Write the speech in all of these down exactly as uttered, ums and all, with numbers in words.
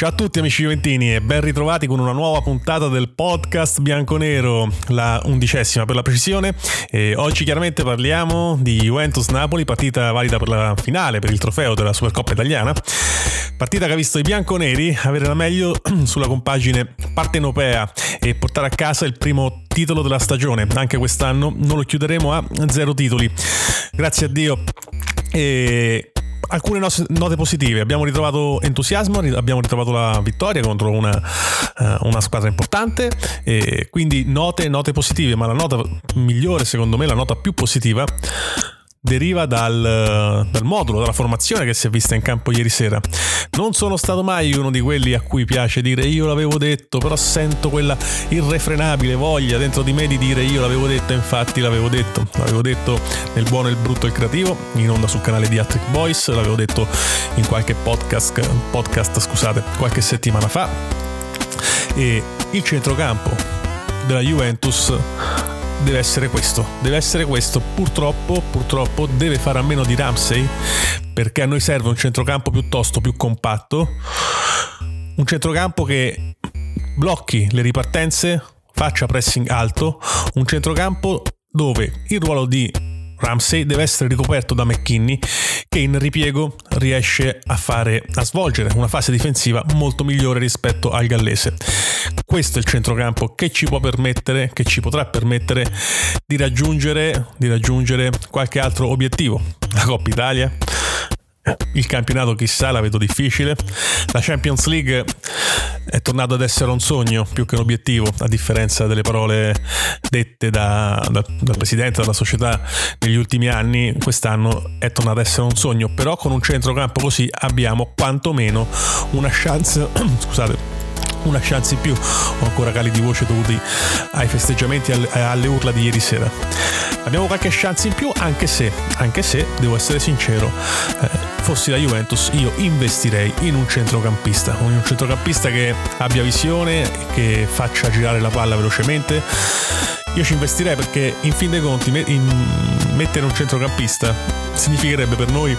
Ciao a tutti amici juventini e ben ritrovati con una nuova puntata del podcast bianconero, la undicesima per la precisione. E oggi chiaramente parliamo di Juventus-Napoli, partita valida per la finale, per il trofeo della Supercoppa italiana. Partita che ha visto i bianconeri avere la meglio sulla compagine partenopea e portare a casa il primo titolo della stagione. Anche quest'anno non lo chiuderemo a zero titoli, grazie a Dio. E alcune note positive: abbiamo ritrovato entusiasmo, abbiamo ritrovato la vittoria contro una, uh, una squadra importante, e quindi note, note positive. Ma la nota migliore, secondo me, la nota più positiva deriva dal, dal modulo, dalla formazione che si è vista in campo ieri sera. Non sono stato mai uno di quelli a cui piace dire io l'avevo detto, però sento quella irrefrenabile voglia dentro di me di dire io l'avevo detto, infatti l'avevo detto. L'avevo detto nel buono, il brutto e il creativo, in onda sul canale di Hat-Trick Boys, l'avevo detto in qualche podcast, podcast scusate, qualche settimana fa. E il centrocampo della Juventus deve essere questo, deve essere questo. Purtroppo, purtroppo deve fare a meno di Ramsey, perché a noi serve un centrocampo piuttosto più compatto, un centrocampo che blocchi le ripartenze, faccia pressing alto, un centrocampo dove il ruolo di Ramsey deve essere ricoperto da McKennie, che in ripiego riesce a fare, a svolgere una fase difensiva molto migliore rispetto al gallese. Questo è il centrocampo che ci può permettere, che ci potrà permettere di raggiungere, di raggiungere qualche altro obiettivo. La Coppa Italia, il campionato chissà, la vedo difficile. La Champions League è tornato ad essere un sogno più che un obiettivo, a differenza delle parole dette da, da, dal presidente della società negli ultimi anni. Quest'anno è tornato ad essere un sogno, però con un centrocampo così abbiamo quantomeno una chance scusate una chance in più. Ho ancora cali di voce dovuti ai festeggiamenti e alle urla di ieri sera. Abbiamo qualche chance in più, anche se, anche se devo essere sincero, eh, fossi la Juventus io investirei in un centrocampista, in un centrocampista che abbia visione, che faccia girare la palla velocemente. Io ci investirei, perché in fin dei conti in mettere un centrocampista significherebbe per noi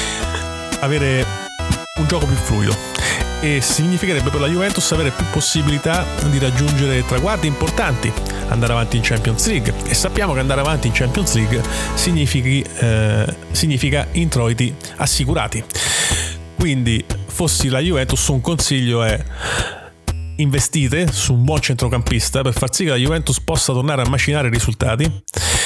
avere un gioco più fluido, e significherebbe per la Juventus avere più possibilità di raggiungere traguardi importanti, andare avanti in Champions League, e sappiamo che andare avanti in Champions League significhi, eh, significa introiti assicurati. Quindi fossi la Juventus, un consiglio è: investite su un buon centrocampista per far sì che la Juventus possa tornare a macinare risultati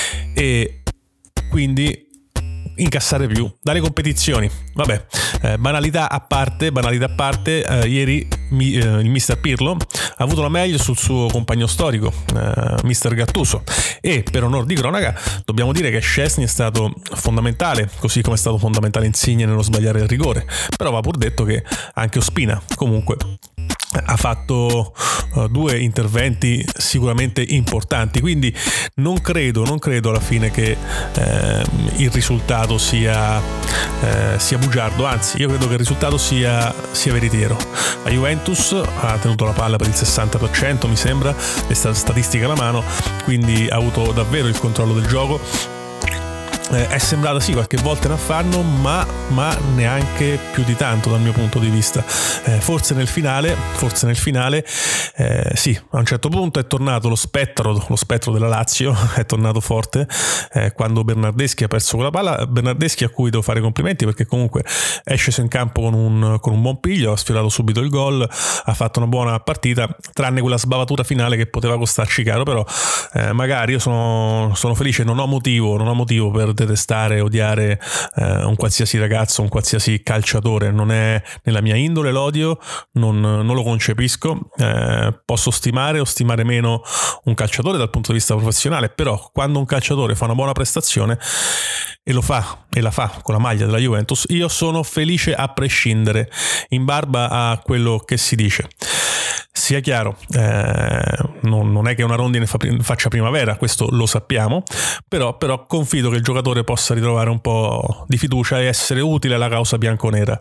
e quindi incassare più dalle competizioni. Vabbè, eh, banalità a parte, banalità a parte, eh, ieri mi, eh, il mister Pirlo ha avuto la meglio sul suo compagno storico, eh, mister Gattuso, e per onor di cronaca dobbiamo dire che Szczęsny è stato fondamentale, così come è stato fondamentale Insigne nello sbagliare il rigore. Però va pur detto che anche Ospina comunque ha fatto uh, due interventi sicuramente importanti, quindi non credo, non credo alla fine che eh, il risultato sia, eh, sia bugiardo, anzi io credo che il risultato sia, sia veritiero. La Juventus ha tenuto la palla per il sessanta per cento, mi sembra, le statistiche alla mano, quindi ha avuto davvero il controllo del gioco. Eh, è sembrata sì qualche volta in affanno, ma, ma neanche più di tanto dal mio punto di vista. Eh, forse nel finale, forse nel finale, eh, sì, a un certo punto è tornato lo spettro, lo spettro della Lazio, è tornato forte eh, quando Bernardeschi ha perso quella palla. Bernardeschi, a cui devo fare complimenti, perché comunque è sceso in campo con un, con un buon piglio, ha sfiorato subito il gol, ha fatto una buona partita, tranne quella sbavatura finale che poteva costarci caro. Però eh, magari io sono, sono felice, non ho motivo, non ho motivo per detestare, odiare eh, un qualsiasi ragazzo, un qualsiasi calciatore. Non è nella mia indole l'odio, non, non lo concepisco. Eh, posso stimare o stimare meno un calciatore dal punto di vista professionale, però quando un calciatore fa una buona prestazione e lo fa e la fa con la maglia della Juventus, io sono felice a prescindere, in barba a quello che si dice. Sia chiaro, eh, non, non è che una rondine fa, faccia primavera, questo lo sappiamo, però, però confido che il giocatore possa ritrovare un po' di fiducia e essere utile alla causa bianconera.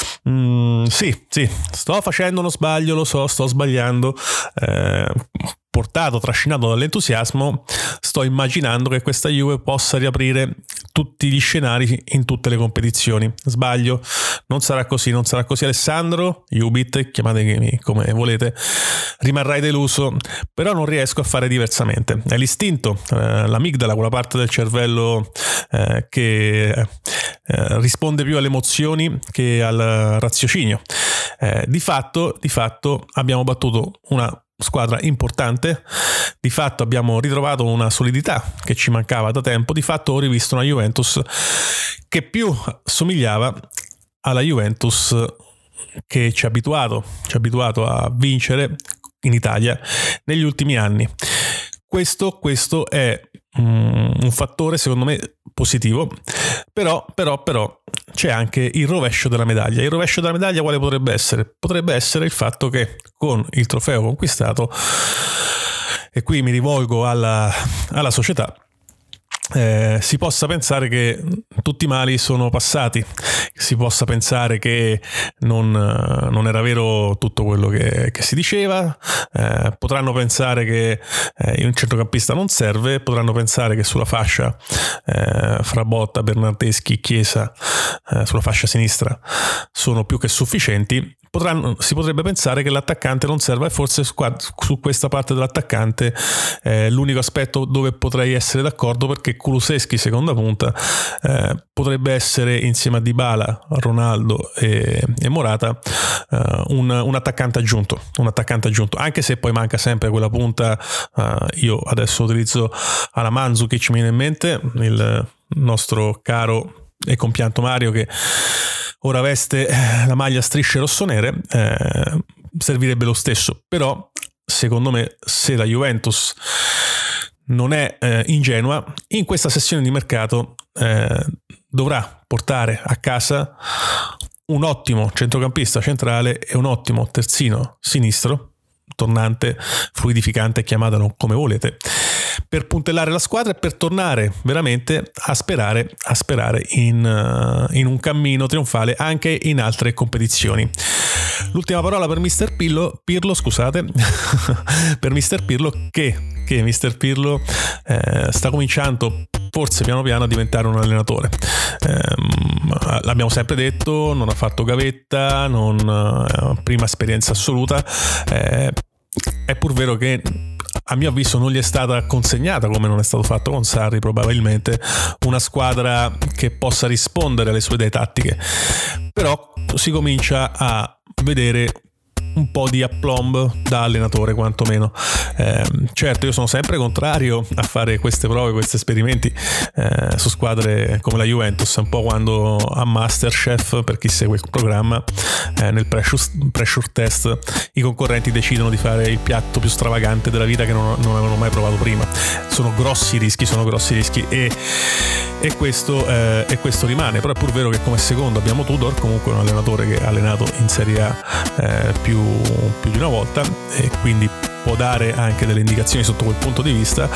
Mm, sì, sì, sto facendo uno sbaglio, lo so, sto sbagliando, eh, portato, trascinato dall'entusiasmo, sto immaginando che questa Juve possa riaprire tutti gli scenari in tutte le competizioni. Sbaglio? Non sarà così, non sarà così. Alessandro, Jubit, chiamatemi come volete, rimarrai deluso, però non riesco a fare diversamente. È l'istinto, eh, l'amigdala, quella parte del cervello eh, che eh, risponde più alle emozioni che al raziocinio. Eh, di fatto, di fatto abbiamo battuto una squadra importante, di fatto abbiamo ritrovato una solidità che ci mancava da tempo, di fatto ho rivisto una Juventus che più somigliava alla Juventus che ci ha abituato, ci ha abituato a vincere in Italia negli ultimi anni. Questo, questo è um, un fattore secondo me positivo, però, però, però c'è anche il rovescio della medaglia. Il rovescio della medaglia quale potrebbe essere? Potrebbe essere il fatto che con il trofeo conquistato, e qui mi rivolgo alla, alla società, Eh, si possa pensare che tutti i mali sono passati, si possa pensare che non, non era vero tutto quello che, che si diceva, eh, potranno pensare che eh, un centrocampista non serve, potranno pensare che sulla fascia eh, fra Botta, Bernardeschi, Chiesa, eh, sulla fascia sinistra sono più che sufficienti. Potranno, si potrebbe pensare che l'attaccante non serva, e forse su, su questa parte dell'attaccante è l'unico aspetto dove potrei essere d'accordo, perché Kulusevski seconda punta eh, potrebbe essere, insieme a Dybala, Ronaldo e, e Morata, eh, un, un attaccante aggiunto un attaccante aggiunto anche se poi manca sempre quella punta. eh, io adesso utilizzo Ala Mandzukic, mi viene in mente il nostro caro e compianto Mario, che ora veste la maglia strisce rossonere, eh, servirebbe lo stesso. Però secondo me, se la Juventus non è eh, ingenua, in questa sessione di mercato eh, dovrà portare a casa un ottimo centrocampista centrale e un ottimo terzino sinistro, tornante, fluidificante, chiamatelo come volete, per puntellare la squadra e per tornare veramente a sperare, a sperare in, uh, in un cammino trionfale anche in altre competizioni. L'ultima parola per mister Pirlo, Pirlo scusate, per mister Pirlo che, che mister Pirlo eh, sta cominciando forse piano piano a diventare un allenatore. Eh, l'abbiamo sempre detto, non ha fatto gavetta, non eh, prima esperienza assoluta. Eh, è pur vero che a mio avviso non gli è stata consegnata, come non è stato fatto con Sarri probabilmente, una squadra che possa rispondere alle sue idee tattiche, però si comincia a vedere un po' di aplomb da allenatore quantomeno. Eh, certo, io sono sempre contrario a fare queste prove, questi esperimenti eh, su squadre come la Juventus, un po' quando a Masterchef, per chi segue il programma, eh, nel pressure, pressure test i concorrenti decidono di fare il piatto più stravagante della vita che non, non avevano mai provato prima. Sono grossi rischi, sono grossi rischi e, e, questo, eh, e questo rimane. Però è pur vero che come secondo abbiamo Tudor, comunque un allenatore che ha allenato in Serie A eh, più più di una volta, e quindi può dare anche delle indicazioni sotto quel punto di vista.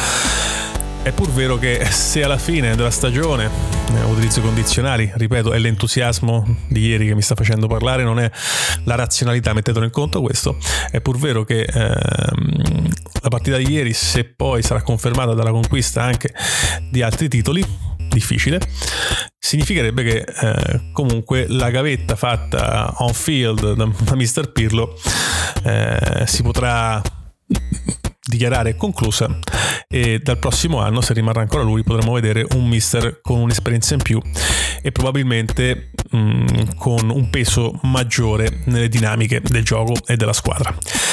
È pur vero che se alla fine della stagione, eh, utilizzo i condizionali, ripeto, è l'entusiasmo di ieri che mi sta facendo parlare, non è la razionalità, mettetelo in conto questo. È pur vero che ehm, la partita di ieri, se poi sarà confermata dalla conquista anche di altri titoli, difficile, significherebbe che eh, comunque la gavetta fatta on field da, da mister Pirlo eh, si potrà dichiarare conclusa, e dal prossimo anno, se rimarrà ancora lui, potremo vedere un mister con un'esperienza in più e probabilmente mh, con un peso maggiore nelle dinamiche del gioco e della squadra.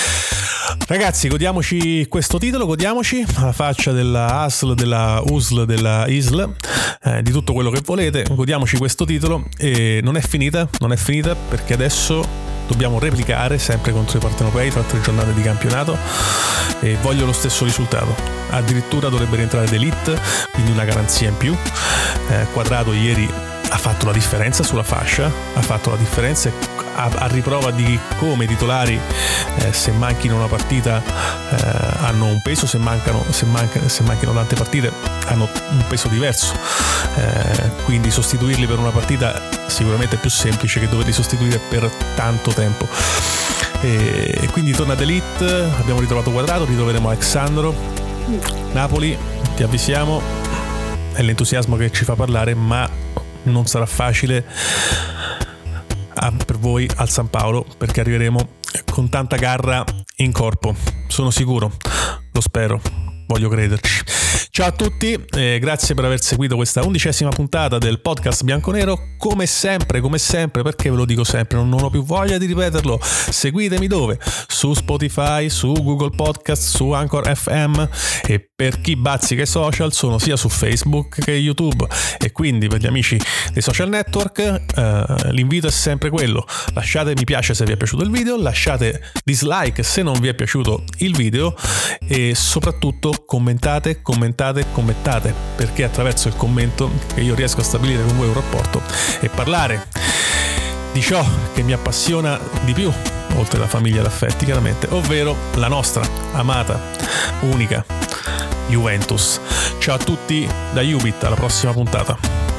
Ragazzi, godiamoci questo titolo, godiamoci alla faccia della A S L, della U S L, della I S L, eh, di tutto quello che volete, godiamoci questo titolo. E non è finita, non è finita, perché adesso dobbiamo replicare sempre contro i partenopei tra tre giornate di campionato, e voglio lo stesso risultato. Addirittura dovrebbe rientrare d'Elite, quindi una garanzia in più. eh, Quadrato ieri ha fatto la differenza sulla fascia, ha fatto la differenza a, a riprova di come i titolari eh, se manchino una partita eh, hanno un peso, se mancano se, manca, se manchino tante partite hanno un peso diverso, eh, quindi sostituirli per una partita sicuramente è più semplice che doverli sostituire per tanto tempo. E quindi torna D'Elite, abbiamo ritrovato Quadrato, ritroveremo Alexandro. Napoli, ti avvisiamo, è l'entusiasmo che ci fa parlare, ma non sarà facile a, per voi al San Paolo, perché arriveremo con tanta garra in corpo, sono sicuro, lo spero, voglio crederci. Ciao a tutti, eh, grazie per aver seguito questa undicesima puntata del podcast Bianconero. Come sempre, come sempre, perché ve lo dico sempre, non, non ho più voglia di ripeterlo, seguitemi dove? Su Spotify, su Google Podcast, su Anchor F M, e per chi bazzica i social sono sia su Facebook che YouTube, e quindi per gli amici dei social network eh, l'invito è sempre quello: lasciate mi piace se vi è piaciuto il video, lasciate dislike se non vi è piaciuto il video, e soprattutto commentate, commentate commentate, perché è attraverso il commento che io riesco a stabilire con voi un rapporto e parlare di ciò che mi appassiona di più, oltre alla famiglia e l'affetti chiaramente, ovvero la nostra amata, unica Juventus. Ciao a tutti da Ubit, alla prossima puntata.